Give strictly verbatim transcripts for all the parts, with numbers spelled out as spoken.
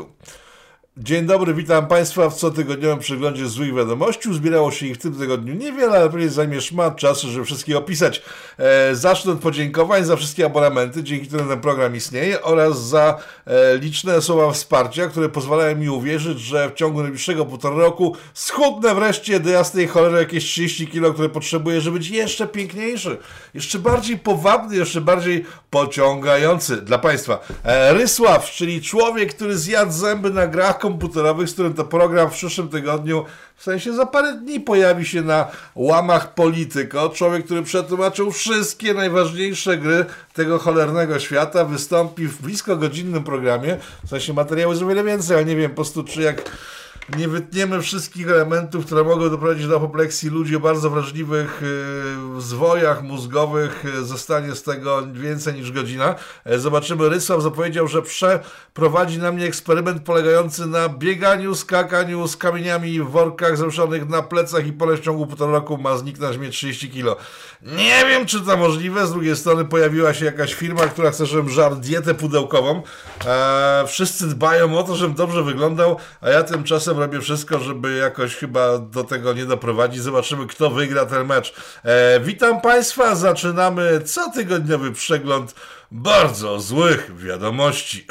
internetu. Dzień dobry, witam Państwa w cotygodniowym przeglądzie złych wiadomości. Uzbierało się ich w tym tygodniu niewiele, ale pewnie zajmie szmat czasu, żeby wszystkie opisać. E, zacznę od podziękowań za wszystkie abonamenty, dzięki którym ten program istnieje, oraz za e, liczne słowa wsparcia, które pozwalają mi uwierzyć, że w ciągu najbliższego półtora roku schudnę wreszcie do jasnej cholery jakieś trzydzieści kilo, które potrzebuję, żeby być jeszcze piękniejszy, jeszcze bardziej powabny, jeszcze bardziej pociągający dla Państwa. E, Rysław, czyli człowiek, który zjadł zęby na grach komputerowych, z którym to program w przyszłym tygodniu, w sensie za parę dni, pojawi się na łamach Polityko. Człowiek, który przetłumaczył wszystkie najważniejsze gry tego cholernego świata, wystąpi w blisko godzinnym programie, w sensie materiału jest o wiele więcej, ale nie wiem po prostu, czy jak nie wytniemy wszystkich elementów, które mogą doprowadzić do apopleksji ludzi o bardzo wrażliwych yy, zwojach mózgowych, yy, zostanie z tego więcej niż godzina. Yy, zobaczymy. Rysław zapowiedział, że przeprowadzi na mnie eksperyment polegający na bieganiu, skakaniu z kamieniami w workach zawieszonych na plecach i ponoć w ciągu półtora roku ma zniknąć mnie trzydzieści kilo. Nie wiem, czy to możliwe. Z drugiej strony pojawiła się jakaś firma, która chce, żebym żarł dietę pudełkową. Yy, wszyscy dbają o to, żebym dobrze wyglądał, a ja tymczasem robię wszystko, żeby jakoś chyba do tego nie doprowadzić. Zobaczymy, kto wygra ten mecz. E, witam Państwa, zaczynamy cotygodniowy przegląd bardzo złych wiadomości.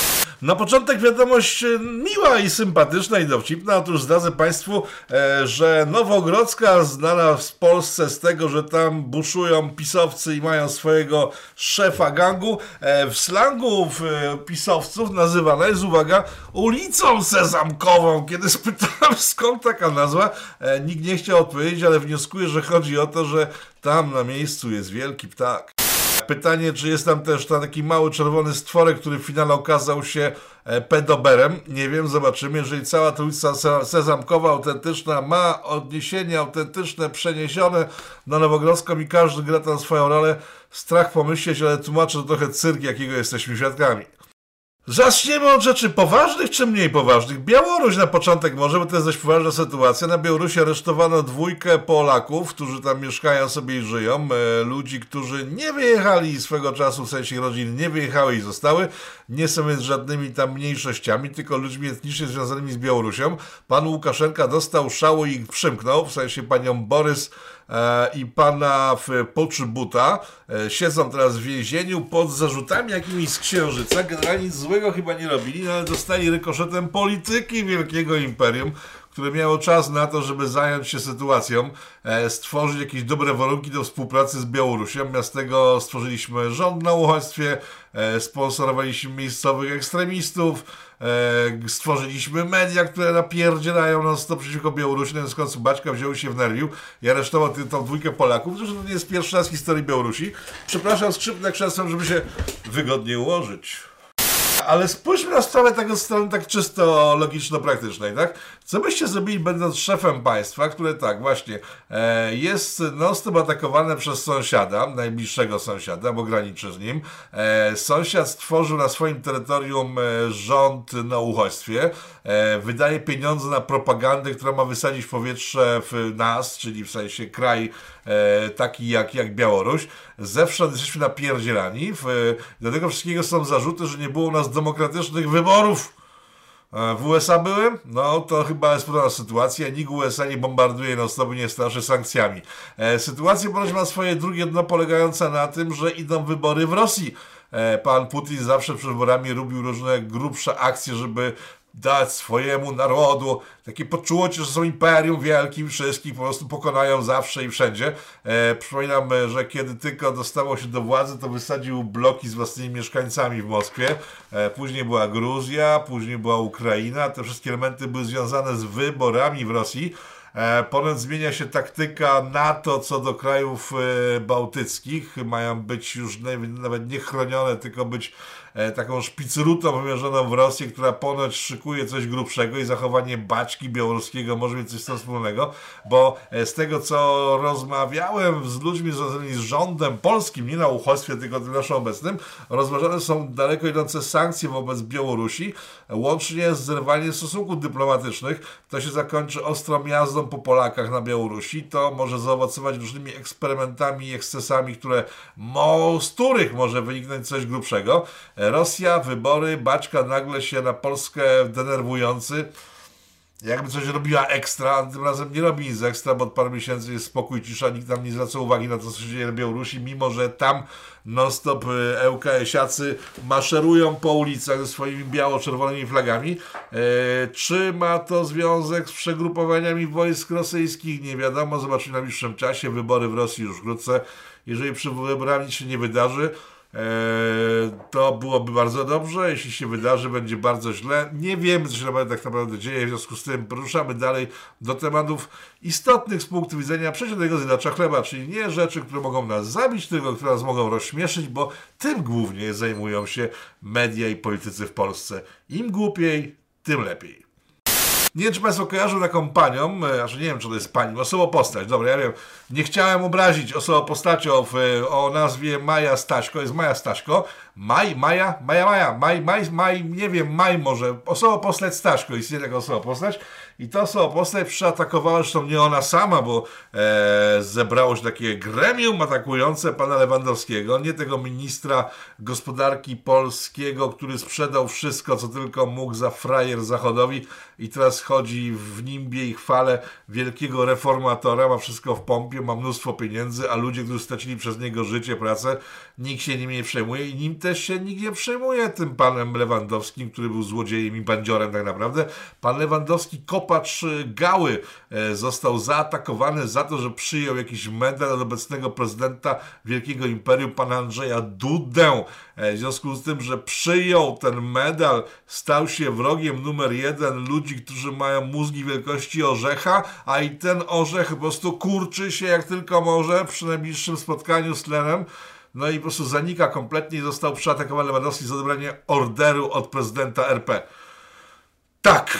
Na początek wiadomość miła i sympatyczna i dowcipna. Otóż zdradzę Państwu, e, że Nowogrodzka znana w Polsce z tego, że tam buszują pisowcy i mają swojego szefa gangu. E, w slangu w, e, pisowców nazywana jest, uwaga, ulicą Sezamkową. Kiedy spytałem, skąd taka nazwa, e, nikt nie chciał odpowiedzieć, ale wnioskuję, że chodzi o to, że tam na miejscu jest wielki ptak. Pytanie, czy jest tam też taki mały czerwony stworek, który w finale okazał się pedoberem. Nie wiem, zobaczymy. Jeżeli cała ta ulica Sezamkowa autentyczna ma odniesienie autentyczne, przeniesione na Nowogrodzką i każdy gra tam swoją rolę, strach pomyśleć, ale tłumaczę, to trochę cyrk, jakiego jesteśmy świadkami. Zaczniemy od rzeczy poważnych czy mniej poważnych. Białoruś na początek może, bo to jest dość poważna sytuacja. Na Białorusi aresztowano dwójkę Polaków, którzy tam mieszkają sobie i żyją. E, ludzi, którzy nie wyjechali swego czasu, w sensie rodzin nie wyjechały i zostały. Nie są więc żadnymi tam mniejszościami, tylko ludźmi etnicznie związanymi z Białorusią. Pan Łukaszenka dostał szału i ich przymknął, w sensie panią Borys e, i pana Poczubuta. E, siedzą teraz w więzieniu pod zarzutami jakimiś z Księżyca. Generalnie nic złego chyba nie robili, no ale dostali rykoszetem polityki wielkiego imperium, które miało czas na to, żeby zająć się sytuacją, e, stworzyć jakieś dobre warunki do współpracy z Białorusią. Zamiast tego stworzyliśmy rząd na uchodźstwie, e, sponsorowaliśmy miejscowych ekstremistów, e, stworzyliśmy media, które napierdzielają non stop przeciwko Białorusi. No, w końcu Baćka wziął się wnerwił i aresztował tę tą dwójkę Polaków. Zresztą to nie jest pierwszy raz w historii Białorusi. Przepraszam, skrzypnę krzesłem, żeby się wygodnie ułożyć. Ale spójrzmy na sprawę tego strony tak czysto logiczno-praktycznej, tak? Co byście zrobili, będąc szefem państwa, które tak właśnie e, jest non-stop atakowane przez sąsiada, najbliższego sąsiada, bo graniczy z nim. E, sąsiad stworzył na swoim terytorium e, rząd na uchodźstwie, e, wydaje pieniądze na propagandę, która ma wysadzić w powietrze w nas, czyli w sensie kraj e, taki jak, jak Białoruś. Zewsząd jesteśmy napierdzielani. W, do tego wszystkiego są zarzuty, że nie było u nas demokratycznych wyborów. W U S A były? No to chyba jest podobna sytuacja. Nikt U S A nie bombarduje, no stop nie straszy sankcjami. E, sytuacja ponoć ma swoje drugie dno polegające na tym, że idą wybory w Rosji. E, pan Putin zawsze przed wyborami robił różne grubsze akcje, żeby dać swojemu narodu takie poczucie, że są imperium wielkim, wszystkich po prostu pokonają zawsze i wszędzie. E, przypominam, że kiedy tylko dostało się do władzy, to wysadził bloki z własnymi mieszkańcami w Moskwie. E, później była Gruzja, później była Ukraina. Te wszystkie elementy były związane z wyborami w Rosji. E, Ponad zmienia się taktyka NATO co do krajów e, bałtyckich. Mają być już nie, nawet nie chronione, tylko być e, taką szpicrutą wymierzoną w Rosję, która ponoć szykuje coś grubszego i zachowanie Baćki białoruskiego może mieć coś z tym wspólnego, bo e, z tego co rozmawiałem z ludźmi związanymi z rządem polskim, nie na uchodźstwie, tylko tym naszym obecnym, rozważane są daleko idące sankcje wobec Białorusi, łącznie z zerwaniem stosunków dyplomatycznych. To się zakończy ostrą jazdą chodzą po Polakach na Białorusi, to może zaowocować różnymi eksperymentami i ekscesami, które mo, z których może wyniknąć coś grubszego. Rosja, wybory, Baćka nagle się na Polskę denerwujący. Jakby coś robiła ekstra, a tym razem nie robi nic ekstra, bo od paru miesięcy jest spokój, cisza, nikt tam nie zwraca uwagi na to, co się dzieje na Białorusi, mimo że tam non-stop L K S-iacy maszerują po ulicach ze swoimi biało-czerwonymi flagami. E, czy ma to związek z przegrupowaniami wojsk rosyjskich? Nie wiadomo, zobaczymy w najbliższym czasie. Wybory w Rosji już wkrótce. Jeżeli przy wyborach nic się nie wydarzy, to byłoby bardzo dobrze. Jeśli się wydarzy, będzie bardzo źle. Nie wiemy, co się tak naprawdę dzieje, w związku z tym poruszamy dalej do tematów istotnych z punktu widzenia przeciętnego zjadacza chleba, czyli nie rzeczy, które mogą nas zabić, tylko które nas mogą rozśmieszyć, bo tym głównie zajmują się media i politycy w Polsce. Im głupiej, tym lepiej. Nie wiem, czy Państwo kojarzą taką panią, znaczy nie wiem, czy to jest pani, osobopostać, dobra, ja wiem, nie chciałem obrazić osobpostacią o nazwie Maja Staśko, jest Maja Staśko, Maj, Maja, Maja, Maja, Maj, Maj, Maj, nie wiem, Maj może, osobopostać Staśko, istnieje taka osobopostać i ta osobopostać przeatakowała, zresztą nie ona sama, bo e, zebrało się takie gremium atakujące pana Lewandowskiego, nie tego ministra gospodarki polskiego, który sprzedał wszystko, co tylko mógł za frajer zachodowi i teraz chodzi w nimbie i chwale wielkiego reformatora, ma wszystko w pompie, ma mnóstwo pieniędzy, a ludzie, którzy stracili przez niego życie, pracę, nikt się nim nie przejmuje i nim też się nikt nie przejmuje, tym panem Lewandowskim, który był złodziejem i bandziorem tak naprawdę. Pan Lewandowski, kopacz gały, został zaatakowany za to, że przyjął jakiś medal od obecnego prezydenta wielkiego imperium, pana Andrzeja Dudę. W związku z tym, że przyjął ten medal, stał się wrogiem numer jeden ludzi, którzy mają mózgi wielkości orzecha, a i ten orzech po prostu kurczy się jak tylko może przy najbliższym spotkaniu z tlenem. No i po prostu zanika kompletnie i został przeatakowany Lewandowski za odebranie orderu od prezydenta R P. Tak.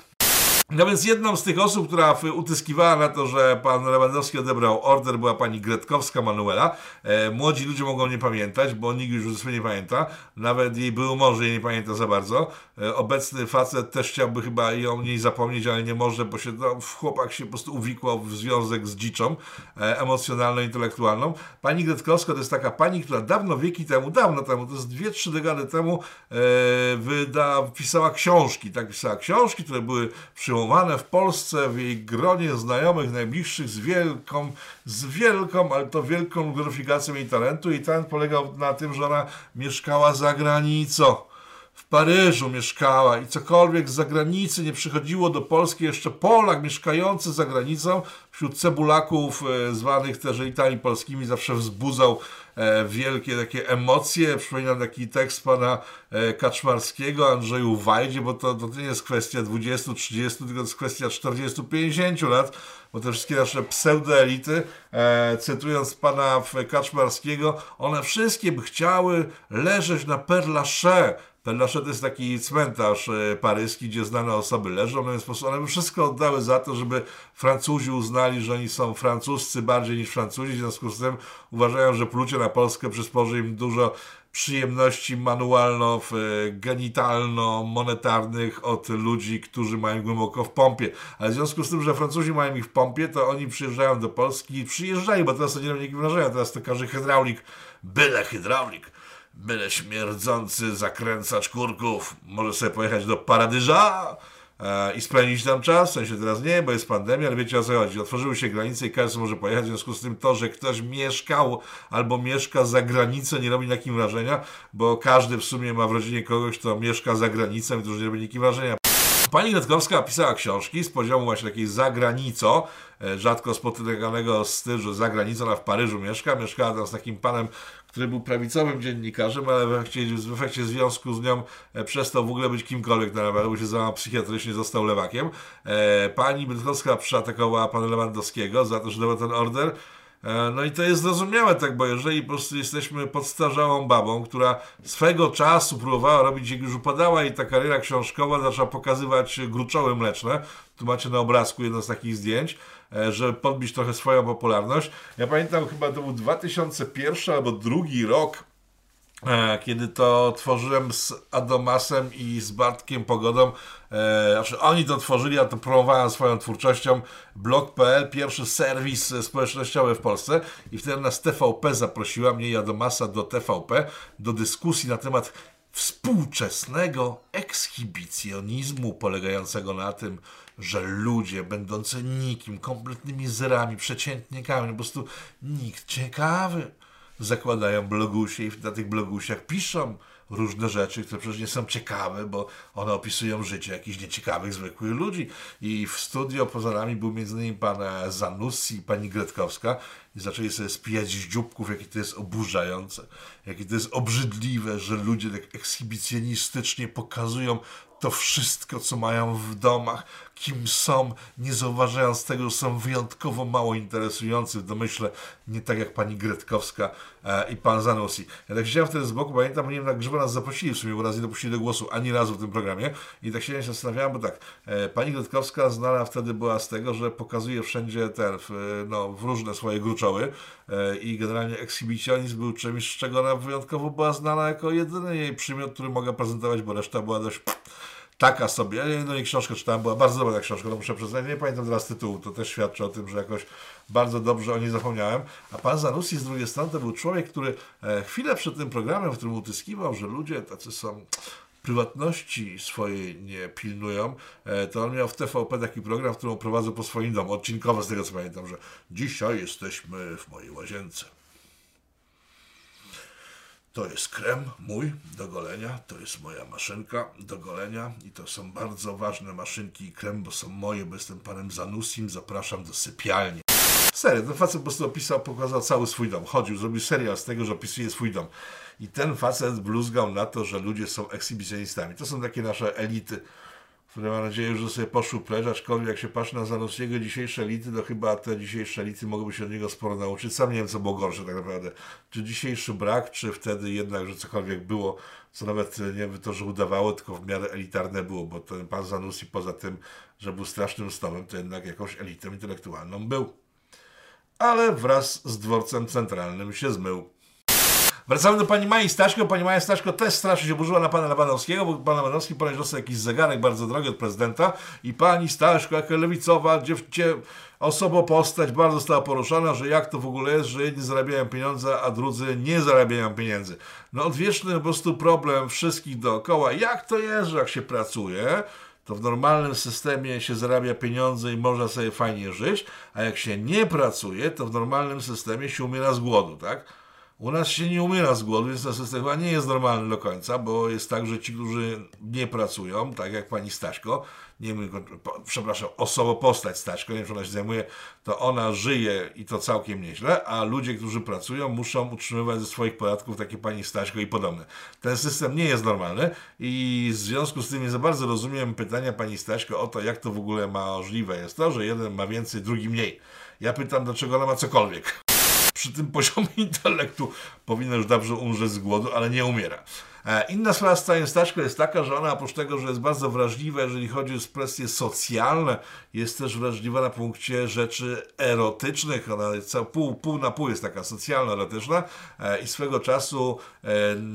No więc jedną z tych osób, która utyskiwała na to, że pan Lewandowski odebrał order, była pani Gretkowska Manuela. E, młodzi ludzie mogą nie pamiętać, bo nikt już sobie nie pamięta. Nawet jej był mąż jej nie pamięta za bardzo. E, obecny facet też chciałby chyba ją nie zapomnieć, ale nie może, bo się no, chłopak się po prostu uwikłał w związek z dziczą e, emocjonalno-intelektualną. Pani Gretkowska to jest taka pani, która dawno, wieki temu, dawno temu, to jest dwie, trzy dekady temu e, wyda, pisała książki. Tak, pisała książki, które były przyłączone w Polsce, w jej gronie znajomych, najbliższych, z wielką, z wielką, ale to wielką gloryfikacją jej talentu. Jej talent polegał na tym, że ona mieszkała za granicą. W Paryżu mieszkała i cokolwiek z zagranicy nie przychodziło do Polski, jeszcze Polak mieszkający za granicą wśród cebulaków e, zwanych też elitami polskimi zawsze wzbudzał e, wielkie takie emocje. Przypominam taki tekst pana e, Kaczmarskiego, Andrzeju Wajdzie, bo to, to nie jest kwestia dwudziestu, trzydziestu, tylko to jest kwestia czterdziestu, pięćdziesięciu lat, bo te wszystkie nasze pseudoelity, e, cytując pana Kaczmarskiego, one wszystkie by chciały leżeć na Père Lachaise. Père Lachaise to jest taki cmentarz e, paryski, gdzie znane osoby leżą, no więc po prostu one by wszystko oddały za to, żeby Francuzi uznali, że oni są francuscy bardziej niż Francuzi, w związku z tym uważają, że plucie na Polskę przysporzy im dużo przyjemności manualno-genitalno-monetarnych od ludzi, którzy mają głęboko w pompie. Ale w związku z tym, że Francuzi mają ich w pompie, to oni przyjeżdżają do Polski i przyjeżdżają, bo teraz to nie robi nikim wrażenia, teraz to każdy hydraulik, byle hydraulik, byle śmierdzący zakręcacz kurków może sobie pojechać do Paradyża e, i spędzić tam czas, w sensie teraz nie, bo jest pandemia, ale wiecie o co chodzi. Otworzyły się granice i każdy może pojechać, w związku z tym to, że ktoś mieszkał albo mieszka za granicą, nie robi takim wrażenia, bo każdy w sumie ma w rodzinie kogoś, kto mieszka za granicą i to już nie robi nikim wrażenia. Pani Gretkowska pisała książki z poziomu właśnie takiej za granicą, rzadko spotykanego stylu, że za granicą, ona w Paryżu mieszka, mieszkała tam z takim panem, który był prawicowym dziennikarzem, ale w efekcie, w efekcie związku z nią przestał w ogóle być kimkolwiek, nawet bo się załamał psychiatrycznie, został lewakiem. Pani Gretkowska przeatakowała pana Lewandowskiego za to, że dał ten order. No i to jest zrozumiałe, tak, bo jeżeli po prostu jesteśmy podstarzałą babą, która swego czasu próbowała robić, jak już upadała i ta kariera książkowa zaczęła pokazywać gruczoły mleczne, tu macie na obrazku jedno z takich zdjęć, żeby podbić trochę swoją popularność. Ja pamiętam, chyba to był dwa tysiące pierwszy albo drugi rok, kiedy to tworzyłem z Adomasem i z Bartkiem Pogodą, e, znaczy oni to tworzyli, a to promowałem swoją twórczością, blog kropka p l, pierwszy serwis społecznościowy w Polsce, i wtedy nas T V P zaprosiła, mnie i Adomasa, do T V P, do dyskusji na temat współczesnego ekshibicjonizmu polegającego na tym, że ludzie będący nikim, kompletnymi zerami, przeciętnikami, po prostu nikt ciekawy, zakładają blogusie i na tych blogusiach piszą różne rzeczy, które przecież nie są ciekawe, bo one opisują życie jakichś nieciekawych, zwykłych ludzi. I w studio poza nami był między innymi pan Zanussi i pani Gretkowska i zaczęli sobie spijać z dzióbków, jakie to jest oburzające, jakie to jest obrzydliwe, że ludzie tak ekshibicjonistycznie pokazują to wszystko, co mają w domach, kim są, nie zauważając tego, że są wyjątkowo mało interesujący w domyśle, nie tak jak pani Gretkowska e, i pan Zanussi. Ja tak siedziałem wtedy z boku, pamiętam, nie wiem, na grzyba nas zaprosili w sumie, bo raz nie dopuścili do głosu ani razu w tym programie, i tak się zastanawiałem, bo tak, e, pani Gretkowska znana wtedy była z tego, że pokazuje wszędzie ten, w, no, w różne swoje gruczoły e, i generalnie ekshibicjonizm był czymś, z czego ona wyjątkowo była znana jako jedyny jej przymiot, który mogła prezentować, bo reszta była dość taka sobie. No i książkę czytałem, była bardzo dobra ta książka, to muszę przyznać. Nie pamiętam teraz tytułu, to też świadczy o tym, że jakoś bardzo dobrze o niej zapomniałem. A pan Zanussi z drugiej strony to był człowiek, który e, chwilę przed tym programem, w którym utyskiwał, że ludzie tacy są, prywatności swojej nie pilnują, e, to on miał w T V P taki program, w którym prowadzał po swoim domu, odcinkowo z tego co pamiętam, że dzisiaj jesteśmy w mojej łazience. To jest krem mój do golenia, to jest moja maszynka do golenia i to są bardzo ważne maszynki i krem, bo są moje, bo jestem panem Zanussim, zapraszam do sypialni. Serio, ten facet po prostu opisał, pokazał cały swój dom, chodził, zrobił serial z tego, że opisuje swój dom. I ten facet bluzgał na to, że ludzie są ekshibicjonistami. To są takie nasze elity, które mam nadzieję, że sobie poszły precz, aczkolwiek jak się patrzy na Zanussiego dzisiejsze elity, to chyba te dzisiejsze elity mogłyby się od niego sporo nauczyć. Sam nie wiem, co było gorsze tak naprawdę. Czy dzisiejszy brak, czy wtedy jednak, że cokolwiek było, co nawet nie by to, że udawało, tylko w miarę elitarne było, bo ten pan Zanussi poza tym, że był strasznym snomem, to jednak jakąś elitą intelektualną był. Ale wraz z dworcem centralnym się zmył. Wracamy do pani Mai Staszko. Pani Maja Staszko też strasznie się burzyła na pana Lewandowskiego, bo pan Lewandowski ponoć dostał jakiś zegarek bardzo drogi od prezydenta i pani Staszko, jako lewicowa dziewczyna, osobopostać, bardzo została poruszona, że jak to w ogóle jest, że jedni zarabiają pieniądze, a drudzy nie zarabiają pieniędzy. No odwieczny po prostu problem wszystkich dookoła. Jak to jest, że jak się pracuje, to w normalnym systemie się zarabia pieniądze i można sobie fajnie żyć, a jak się nie pracuje, to w normalnym systemie się umiera z głodu, tak? U nas się nie umiera z głodu, więc ten system chyba nie jest normalny do końca, bo jest tak, że ci, którzy nie pracują, tak jak pani Staśko, nie wiem, przepraszam, osobopostać Staśko, nie wiem, czy ona się zajmuje, to ona żyje i to całkiem nieźle, a ludzie, którzy pracują, muszą utrzymywać ze swoich podatków takie pani Staśko i podobne. Ten system nie jest normalny i w związku z tym nie za bardzo rozumiem pytania pani Staśko o to, jak to w ogóle możliwe jest to, że jeden ma więcej, drugi mniej. Ja pytam, dlaczego ona ma cokolwiek. Przy tym poziomie intelektu powinna już dobrze umrzeć z głodu, ale nie umiera. Inna sprawa z całym Staszko jest taka, że ona oprócz tego, że jest bardzo wrażliwa, jeżeli chodzi o kwestie socjalne, jest też wrażliwa na punkcie rzeczy erotycznych. Ona jest pół, pół na pół jest taka socjalno-erotyczna i swego czasu e,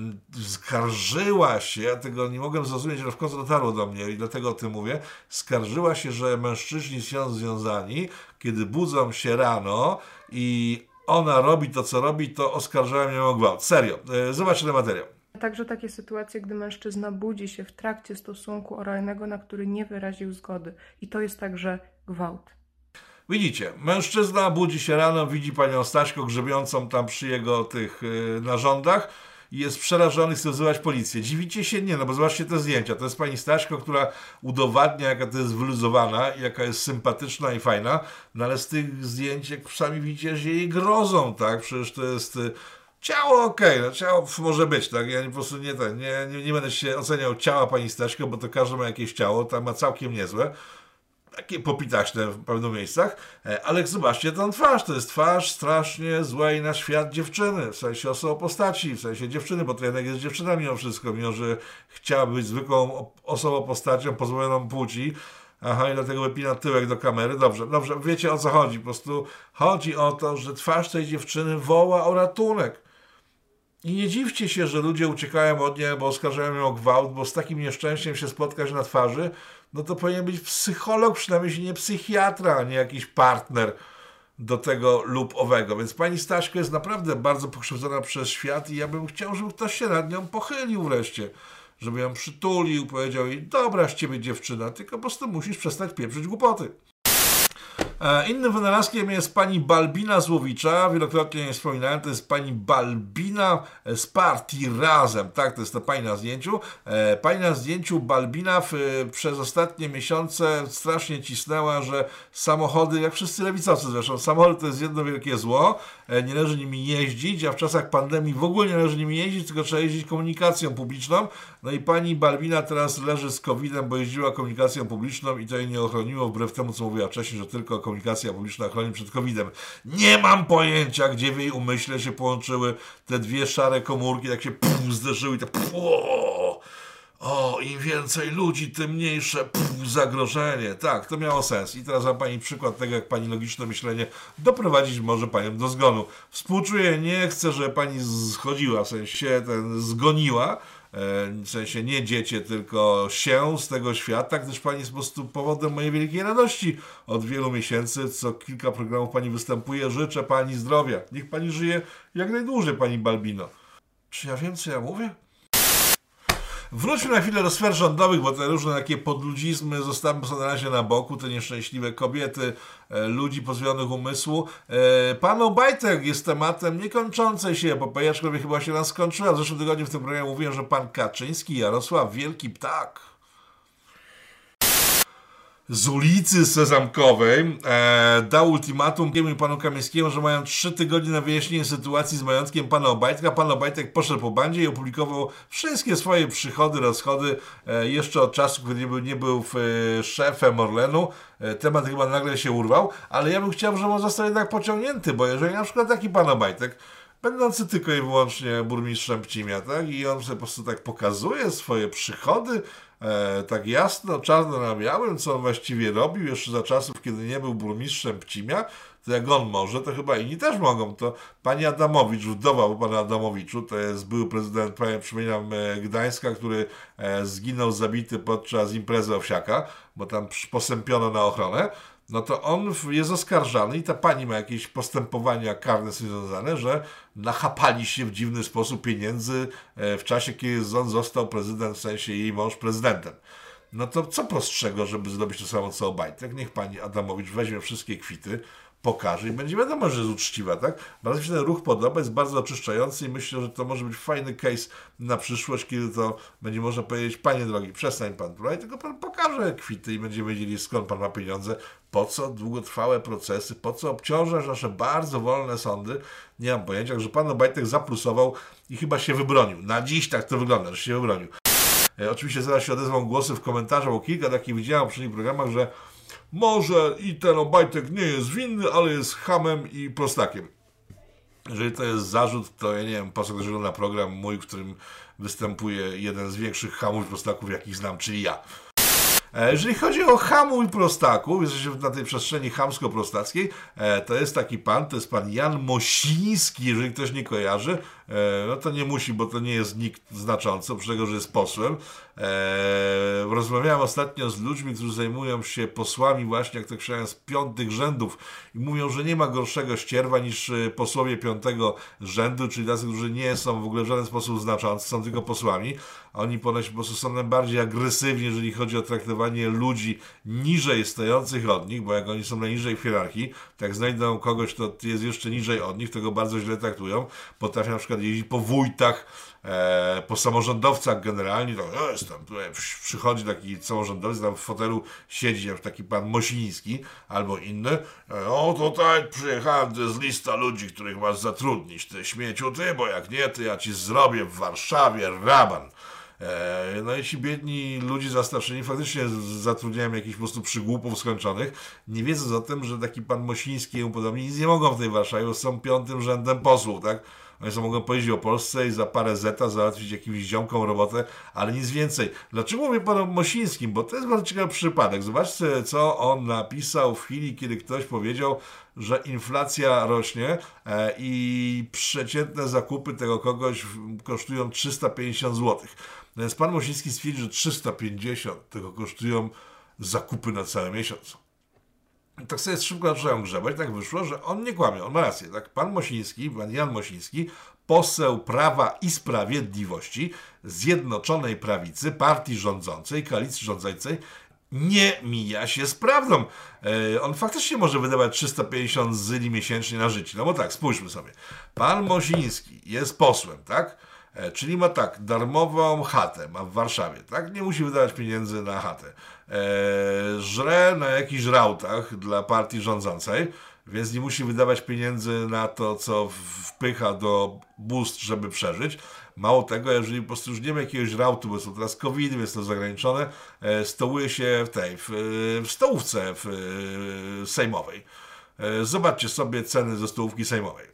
skarżyła się, ja tego nie mogłem zrozumieć, ale w końcu dotarło do mnie i dlatego o tym mówię, skarżyła się, że mężczyźni są związani, kiedy budzą się rano i ona robi to, co robi, to oskarżałem ją o gwałt. Serio, e, zobaczcie ten materiał. Także takie sytuacje, gdy mężczyzna budzi się w trakcie stosunku oralnego, na który nie wyraził zgody. I to jest także gwałt. Widzicie, mężczyzna budzi się rano, widzi panią Staśko grzebiącą tam przy jego tych yy, narządach i jest przerażony, chce wzywać policję. Dziwicie się? Nie, no bo zobaczcie te zdjęcia. To jest pani Staśko, która udowadnia, jaka to jest wyluzowana, jaka jest sympatyczna i fajna, no ale z tych zdjęć, jak sami widzicie, że jej grozą, tak? Przecież to jest... Yy, Ciało okej, okay, no ciało może być, tak? Ja po prostu nie, tak, nie, nie, nie będę się oceniał ciała pani Staśko, bo to każdy ma jakieś ciało, tam ma całkiem niezłe. Takie popitaśne w pewnych miejscach, ale zobaczcie tą twarz, to jest twarz strasznie złej na świat dziewczyny, w sensie osobopostaci, w sensie dziewczyny, bo to jednak jest dziewczyna mimo wszystko, mimo że chciałaby być zwykłą osobopostacią pozbawioną płci. Aha, i dlatego wypina tyłek do kamery. Dobrze, dobrze, wiecie o co chodzi, po prostu chodzi o to, że twarz tej dziewczyny woła o ratunek. I nie dziwcie się, że ludzie uciekają od niej, bo oskarżają ją o gwałt, bo z takim nieszczęściem się spotkać na twarzy, no to powinien być psycholog, przynajmniej się nie psychiatra, a nie jakiś partner do tego lub owego. Więc pani Staśko jest naprawdę bardzo pokrzywdzona przez świat i ja bym chciał, żeby ktoś się nad nią pochylił wreszcie. Żeby ją przytulił, powiedział jej, dobra z ciebie dziewczyna, tylko po prostu musisz przestać pieprzyć głupoty. Innym wynalazkiem jest pani Balbina Złowicza, wielokrotnie nie wspominałem, to jest pani Balbina z partii Razem, tak, to jest ta pani na zdjęciu. Pani na zdjęciu Balbina w, przez ostatnie miesiące strasznie cisnęła, że samochody, jak wszyscy lewicocy zresztą, samochody to jest jedno wielkie zło, nie należy nimi jeździć, a w czasach pandemii w ogóle nie należy nimi jeździć, tylko trzeba jeździć komunikacją publiczną. No i pani Balbina teraz leży z kowidem, bo jeździła komunikacją publiczną i to jej nie ochroniło, wbrew temu, co mówiła wcześniej, że tylko komunikacja publiczna chroni przed kowidem. Nie mam pojęcia, gdzie w jej umyśle się połączyły te dwie szare komórki, jak się puf, zderzyły i tak puf, o, im więcej ludzi, tym mniejsze puf, zagrożenie. Tak, to miało sens. I teraz mam pani przykład tego, jak pani logiczne myślenie doprowadzić może panią do zgonu. Współczuję, nie chcę, żeby pani schodziła, w sensie ten zgoniła, w sensie nie dziecię, tylko się z tego świata, gdyż pani jest po prostu powodem mojej wielkiej radości. Od wielu miesięcy, co kilka programów pani występuje, życzę pani zdrowia. Niech pani żyje jak najdłużej, pani Balbino. Czy ja wiem, co ja mówię? Wróćmy na chwilę do sfer rządowych, bo te różne takie podludzizmy zostawmy sobie na razie na boku, te nieszczęśliwe kobiety, e, ludzi pozbawionych umysłu. E, pan Obajtek jest tematem niekończącej się, bo pajaczkowie chyba się nas skończyła. W zeszłym tygodniu w tym programie mówiłem, że pan Kaczyński, Jarosław, wielki ptak z ulicy Sezamkowej e, dał ultimatum panu Kamińskiemu, że mają trzy tygodnie na wyjaśnienie sytuacji z majątkiem pana Obajtka. Pan Obajtek poszedł po bandzie i opublikował wszystkie swoje przychody, rozchody e, jeszcze od czasu, kiedy nie był, nie był e, szefem Orlenu. E, temat chyba nagle się urwał, ale ja bym chciał, żeby on został jednak pociągnięty, bo jeżeli na przykład taki pan Obajtek, będący tylko i wyłącznie burmistrzem Pcimia, tak? I on sobie po prostu tak pokazuje swoje przychody, e, tak jasno, czarno na białym, co on właściwie robił jeszcze za czasów, kiedy nie był burmistrzem Pcimia, to jak on może, to chyba inni też mogą. To pani Adamowicz, wdowa po panu Adamowiczu, to jest były prezydent, przypominam, Gdańska, który e, zginął zabity podczas imprezy Owsiaka, bo tam posępiono na ochronę. No to on jest oskarżany i ta pani ma jakieś postępowania karne z tym związane, że nachapali się w dziwny sposób pieniędzy w czasie, kiedy on został prezydent, w sensie jej mąż prezydentem. No to co prostszego, żeby zrobić to samo co Obajtek? Niech pani Adamowicz weźmie wszystkie kwity, pokaże i będzie wiadomo, że jest uczciwa, tak? Bardzo mi się ten ruch podoba, jest bardzo oczyszczający i myślę, że to może być fajny case na przyszłość, kiedy to będzie można powiedzieć, panie drogi, przestań pan tutaj, tylko pan pokaże kwity i będziemy wiedzieli, skąd pan ma pieniądze, po co długotrwałe procesy, po co obciążasz nasze bardzo wolne sądy. Nie mam pojęcia, że pan Obajtek zaplusował i chyba się wybronił. Na dziś tak to wygląda, że się wybronił. E, oczywiście zaraz się odezwą głosy w komentarzach, bo kilka takich widziałem w poprzednich programach, że może i ten Obajtek nie jest winny, ale jest chamem i prostakiem. Jeżeli to jest zarzut, to ja nie wiem, po co ktoś ogląda program mój, w którym występuje jeden z większych chamów i prostaków, jakich znam, czyli ja. Jeżeli chodzi o chamu i prostaków, jesteśmy na tej przestrzeni chamsko-prostackiej, to jest taki pan, to jest pan Jan Mosiński, jeżeli ktoś nie kojarzy, no to nie musi, bo to nie jest nikt znaczący, oprócz tego, że jest posłem. Rozmawiałem ostatnio z ludźmi, którzy zajmują się posłami właśnie, jak to książę, z piątych rzędów i mówią, że nie ma gorszego ścierwa niż posłowie piątego rzędu, czyli tacy, którzy nie są w ogóle w żaden sposób znaczący, są tylko posłami. Oni ponoć po prostu są najbardziej agresywni, jeżeli chodzi o traktowanie ludzi niżej stojących od nich, bo jak oni są najniżej w hierarchii, to jak znajdą kogoś, kto jest jeszcze niżej od nich, to go bardzo źle traktują. Potrafią na przykład jeździć po wójtach, e, po samorządowcach generalnie, to no, jest tam, tutaj przychodzi taki samorządowiec, tam w fotelu siedzi jak taki pan Mosiński albo inny. O, tutaj przyjechałem, to jest lista ludzi, których masz zatrudnić, ty śmieciu, ty, bo jak nie, to ja ci zrobię w Warszawie raban. No i ci biedni ludzie zastraszeni faktycznie zatrudniają jakichś po prostu przygłupów skończonych, nie wiedząc o tym, że taki pan Mosiński i mu podobnie nic nie mogą w tej Warszawie, bo są piątym rzędem posłów, tak? Oni sobie mogą powiedzieć o Polsce i za parę zeta załatwić jakimś ziomkom robotę, ale nic więcej. Dlaczego mówię panu Mosińskim? Bo to jest bardzo ciekawy przypadek. Zobaczcie, co on napisał w chwili, kiedy ktoś powiedział, że inflacja rośnie e, i przeciętne zakupy tego kogoś kosztują trzysta pięćdziesiąt złotych. No więc pan Mosiński stwierdził, że trzysta pięćdziesiąt tego kosztują zakupy na cały miesiąc. Tak sobie szybko zacząłem grzebać, tak wyszło, że on nie kłamie, on ma rację. Tak? Pan Mosiński, pan Jan Mosiński, poseł Prawa i Sprawiedliwości, Zjednoczonej Prawicy, partii rządzącej, koalicji rządzącej, nie mija się z prawdą. E, on faktycznie może wydawać trzysta pięćdziesiąt zyli miesięcznie na życie. No bo tak, spójrzmy sobie. Pan Mosiński jest posłem, tak? E, czyli ma tak, darmową chatę, ma w Warszawie, tak? Nie musi wydawać pieniędzy na chatę. E, żre na jakichś rautach dla partii rządzącej, więc nie musi wydawać pieniędzy na to, co wpycha do bust, żeby przeżyć. Mało tego, jeżeli po prostu już nie ma jakiegoś rautu, bo są teraz COVID, więc to zagraniczone, e, stołuje się w tej, w, w stołówce w, e, sejmowej. E, zobaczcie sobie ceny ze stołówki sejmowej.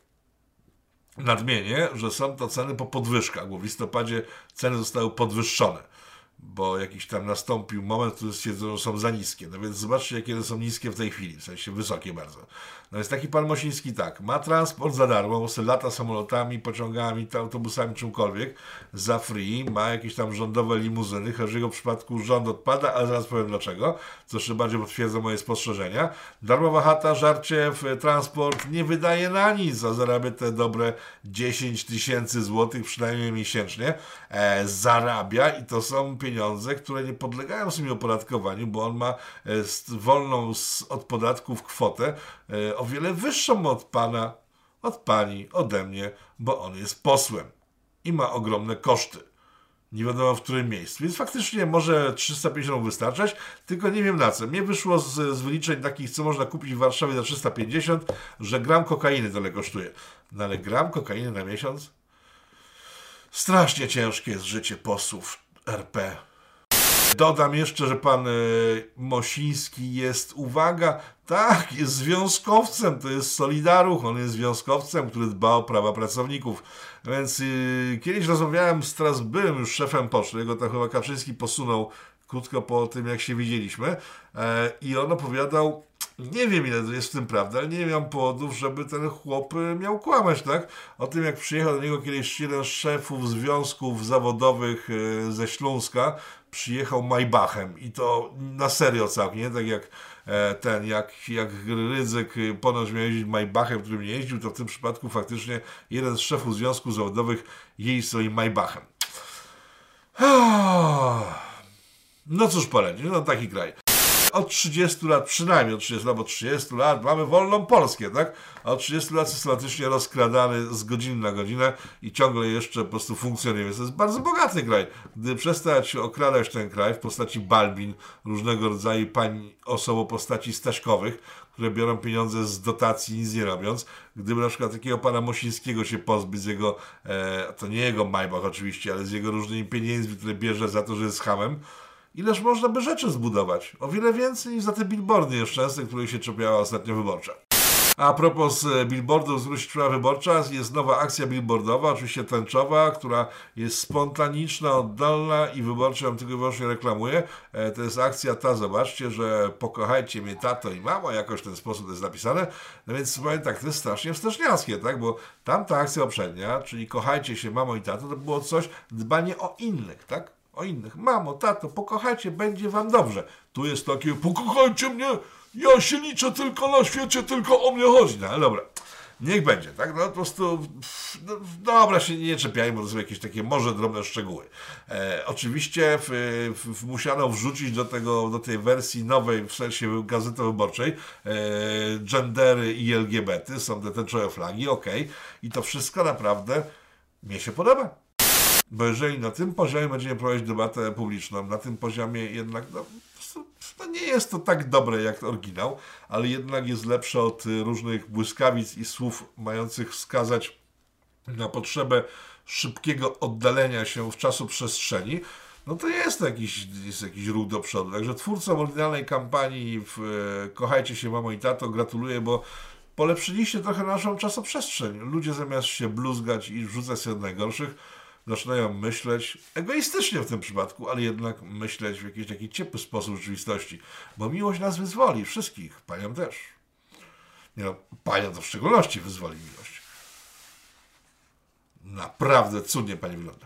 Nadmienię, że są to ceny po podwyżkach, bo w listopadzie ceny zostały podwyższone, bo jakiś tam nastąpił moment, który stwierdzono, że są za niskie. No więc zobaczcie, jakie one są niskie w tej chwili, w sensie wysokie bardzo. No więc taki pan Mosiński tak, ma transport za darmo, bo sobie lata samolotami, pociągami, autobusami, czymkolwiek, za free, ma jakieś tam rządowe limuzyny, choć w jego przypadku rząd odpada, ale zaraz powiem dlaczego, co jeszcze bardziej potwierdza moje spostrzeżenia. Darmowa chata, żarcie, transport nie wydaje na nic, a zarabia te dobre dziesięć tysięcy złotych przynajmniej miesięcznie, e, zarabia i to są pieniądze, które nie podlegają sobie opodatkowaniu, bo on ma e, wolną z, od podatków kwotę e, o wiele wyższą od pana, od pani, ode mnie, bo on jest posłem i ma ogromne koszty. Nie wiadomo w którym miejscu. Więc faktycznie może trzysta pięćdziesiąt wystarczać, tylko nie wiem na co. Mnie wyszło z, z wyliczeń takich, co można kupić w Warszawie za trzysta pięćdziesiąt, że gram kokainy tyle kosztuje. No ale gram kokainy na miesiąc? Strasznie ciężkie jest życie posłów R P. Dodam jeszcze, że pan y, Mosiński jest, uwaga, tak, jest związkowcem, to jest Solidaruch, on jest związkowcem, który dba o prawa pracowników. Więc y, kiedyś rozmawiałem z, teraz byłem już szefem poczty, jego tam chyba Kaczyński posunął krótko po tym, jak się widzieliśmy, e, i on opowiadał, nie wiem ile jest w tym prawda, ale nie miałem powodów, żeby ten chłop miał kłamać, tak? O tym, jak przyjechał do niego kiedyś jeden z szefów związków zawodowych e, ze Śląska, przyjechał Maybachem i to na serio całkiem, nie tak jak e, ten, jak, jak Rydzyk ponoć miał jeździć Maybachem, którym nie jeździł, to w tym przypadku faktycznie jeden z szefów związków zawodowych jeździł swoim Maybachem. No cóż poradzić, no taki kraj. Od trzydziestu lat, przynajmniej od trzydziestu lat, bo od trzydziestu lat mamy wolną Polskę, tak? A od trzydziestu lat systematycznie rozkradany z godziny na godzinę i ciągle jeszcze po prostu funkcjonuje. Więc to jest bardzo bogaty kraj. Gdy przestać okradać ten kraj w postaci balbin, różnego rodzaju pań osob o postaci staśkowych, które biorą pieniądze z dotacji, nic nie robiąc. Gdyby na przykład takiego pana Mosińskiego się pozbyć z jego, e, to nie jego Maybach oczywiście, ale z jego różnymi pieniędzmi, które bierze za to, że jest chamem, ileż można by rzeczy zbudować? O wiele więcej niż za te billboardy nieszczęsne, które się czepiała ostatnio wyborcza. A propos billboardów, z których się czepiała wyborcza, jest nowa akcja billboardowa, oczywiście tęczowa, która jest spontaniczna, oddolna i wyborcza ją tylko i wyłącznie reklamuje. E, to jest akcja ta, zobaczcie, że pokochajcie mnie tato i mamo, jakoś w ten sposób to jest napisane. No więc powiem tak, to jest strasznie wsteczniackie, tak? Bo tamta akcja poprzednia, czyli kochajcie się mamo i tato, to było coś, dbanie o innych, tak? O innych. Mamo, tato, pokochajcie, będzie wam dobrze. Tu jest takie, pokochajcie mnie, ja się liczę tylko na świecie, tylko o mnie chodzi. No ale dobra, niech będzie, tak? No po prostu, no, dobra, się nie czepiajmy, bo to są jakieś takie może drobne szczegóły. E, oczywiście w, w, w musiano wrzucić do tego, do tej wersji nowej, w sensie Gazety Wyborczej, e, gendery i L G B T, są te tęczowe flagi, okej. Okay. I to wszystko naprawdę mnie się podoba. Bo jeżeli na tym poziomie będziemy prowadzić debatę publiczną, na tym poziomie jednak, no, no nie jest to tak dobre jak oryginał, ale jednak jest lepsze od różnych błyskawic i słów mających wskazać na potrzebę szybkiego oddalenia się w czasu przestrzeni, no to jest jakiś, jest jakiś ruch do przodu. Także twórcom oryginalnej kampanii w Kochajcie się mamo i tato gratuluję, bo polepszyliście trochę naszą czasoprzestrzeń. Ludzie zamiast się bluzgać i wrzucać sobie od najgorszych, zaczynają myśleć, egoistycznie w tym przypadku, ale jednak myśleć w jakiś taki ciepły sposób rzeczywistości. Bo miłość nas wyzwoli, wszystkich, panią też. Nie no, panią to w szczególności wyzwoli miłość. Naprawdę cudnie pani wygląda.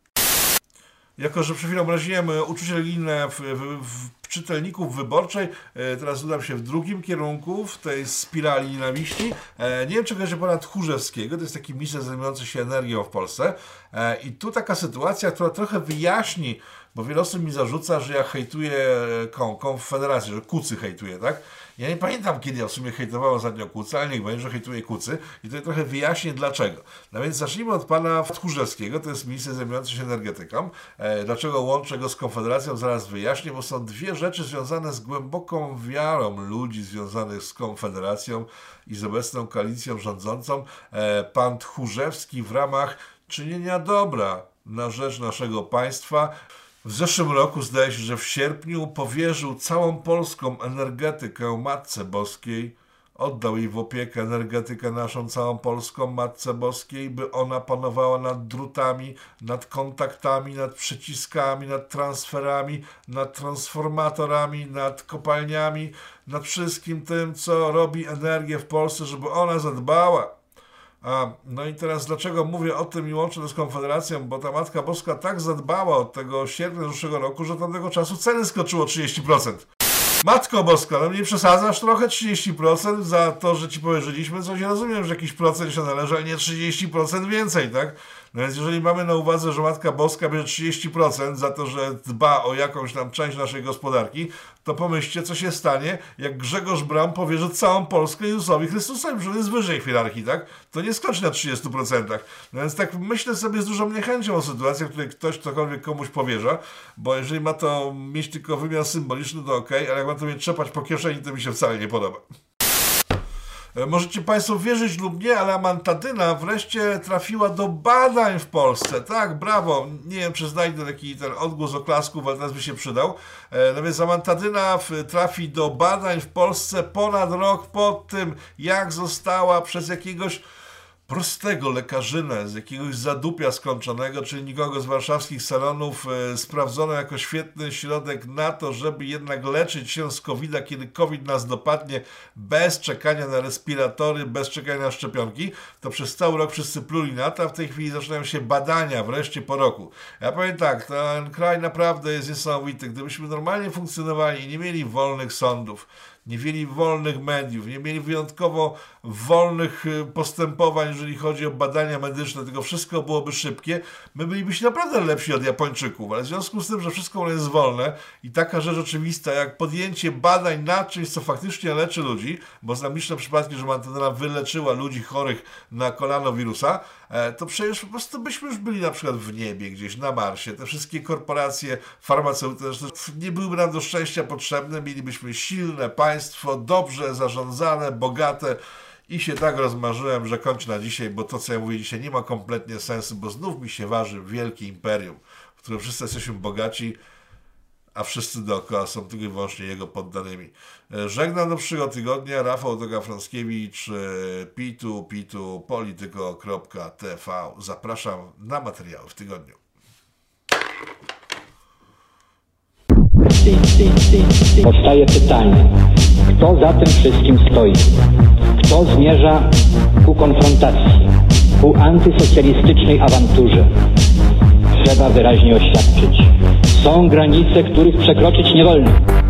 Jako że przed chwilą obraziłem uczucie religijne w, w, w czytelników Wyborczej, teraz udam się w drugim kierunku, w tej spirali nienawiści. Nie wiem, czy kojarzy pana Tchórzewskiego, to jest taki minister zajmujący się energią w Polsce. I tu taka sytuacja, która trochę wyjaśni, bo wiele osób mi zarzuca, że ja hejtuję Konfederację, że Kucy hejtuję, tak? Ja nie pamiętam, kiedy ja w sumie hejtowałem ostatnio Kucy, ale niech będzie, że hejtuję Kucy i to trochę wyjaśnię dlaczego. No więc zacznijmy od pana Tchórzewskiego, to jest minister zajmujący się energetyką. E, dlaczego łączę go z Konfederacją, zaraz wyjaśnię, bo są dwie rzeczy związane z głęboką wiarą ludzi związanych z Konfederacją i z obecną koalicją rządzącą. E, pan Tchórzewski w ramach czynienia dobra na rzecz naszego państwa w zeszłym roku, zdaje się, że w sierpniu, powierzył całą polską energetykę Matce Boskiej, oddał jej w opiekę energetykę naszą całą polską Matce Boskiej, by ona panowała nad drutami, nad kontaktami, nad przyciskami, nad transferami, nad transformatorami, nad kopalniami, nad wszystkim tym, co robi energię w Polsce, żeby ona zadbała. A, no i teraz dlaczego mówię o tym i łączę to z Konfederacją, bo ta Matka Boska tak zadbała od tego sierpnia zeszłego roku, że tamtego czasu ceny skoczyło trzydzieści procent. Matko Boska, no nie przesadzasz trochę trzydzieści procent za to, że ci powierzyliśmy coś? Rozumiem, że jakiś procent się należy, ale nie trzydzieści procent więcej, tak? No więc jeżeli mamy na uwadze, że Matka Boska bierze trzydzieści procent za to, że dba o jakąś tam część naszej gospodarki, to pomyślcie, co się stanie, jak Grzegorz Braun powierzy całą Polskę Jezusowi Chrystusowi, że on jest wyżej w hierarchii, tak? To nie skończy na trzydziestu procentach. No więc tak myślę sobie z dużą niechęcią o sytuacji, w której ktoś cokolwiek komuś powierza, bo jeżeli ma to mieć tylko wymiar symboliczny, to okej, okay, ale jak ma to mieć trzepać po kieszeni, to mi się wcale nie podoba. Możecie Państwo wierzyć lub nie, ale amantadyna wreszcie trafiła do badań w Polsce. Tak, brawo. Nie wiem, czy znajdę taki ten odgłos oklasków, ale teraz by się przydał. No więc amantadyna trafi do badań w Polsce ponad rok po tym, jak została przez jakiegoś prostego lekarzynę z jakiegoś zadupia skończonego, czyli nikogo z warszawskich salonów, e, sprawdzono jako świetny środek na to, żeby jednak leczyć się z kowida, kiedy COVID nas dopadnie, bez czekania na respiratory, bez czekania na szczepionki. To przez cały rok wszyscy pluli na to, a w tej chwili zaczynają się badania wreszcie po roku. Ja powiem tak, ten kraj naprawdę jest niesamowity. Gdybyśmy normalnie funkcjonowali i nie mieli wolnych sądów, nie mieli wolnych mediów, nie mieli wyjątkowo wolnych postępowań, jeżeli chodzi o badania medyczne, tylko wszystko byłoby szybkie, my bylibyśmy naprawdę lepsi od Japończyków, ale w związku z tym, że wszystko jest wolne i taka rzecz oczywista, jak podjęcie badań nad czymś, co faktycznie leczy ludzi, bo znam liczne przypadki, że amantadyna wyleczyła ludzi chorych na kolanowirusa, to przecież po prostu byśmy już byli na przykład w niebie, gdzieś na Marsie. Te wszystkie korporacje farmaceutyczne nie byłyby nam do szczęścia potrzebne, mielibyśmy silne państwo, dobrze zarządzane, bogate i się tak rozmarzyłem, że kończę na dzisiaj, bo to, co ja mówię dzisiaj, nie ma kompletnie sensu, bo znów mi się waży wielkie imperium, w którym wszyscy jesteśmy bogaci, a wszyscy dookoła są tylko i wyłącznie jego poddanymi. Żegnam do przyszłego tygodnia. Rafał Toga-Frąckiewicz, pitu pitu polityko kropka t v. Zapraszam na materiały w tygodniu. Powstaje pytanie, kto za tym wszystkim stoi? Kto zmierza ku konfrontacji, ku antysocjalistycznej awanturze? Trzeba wyraźnie oświadczyć. Są granice, których przekroczyć nie wolno.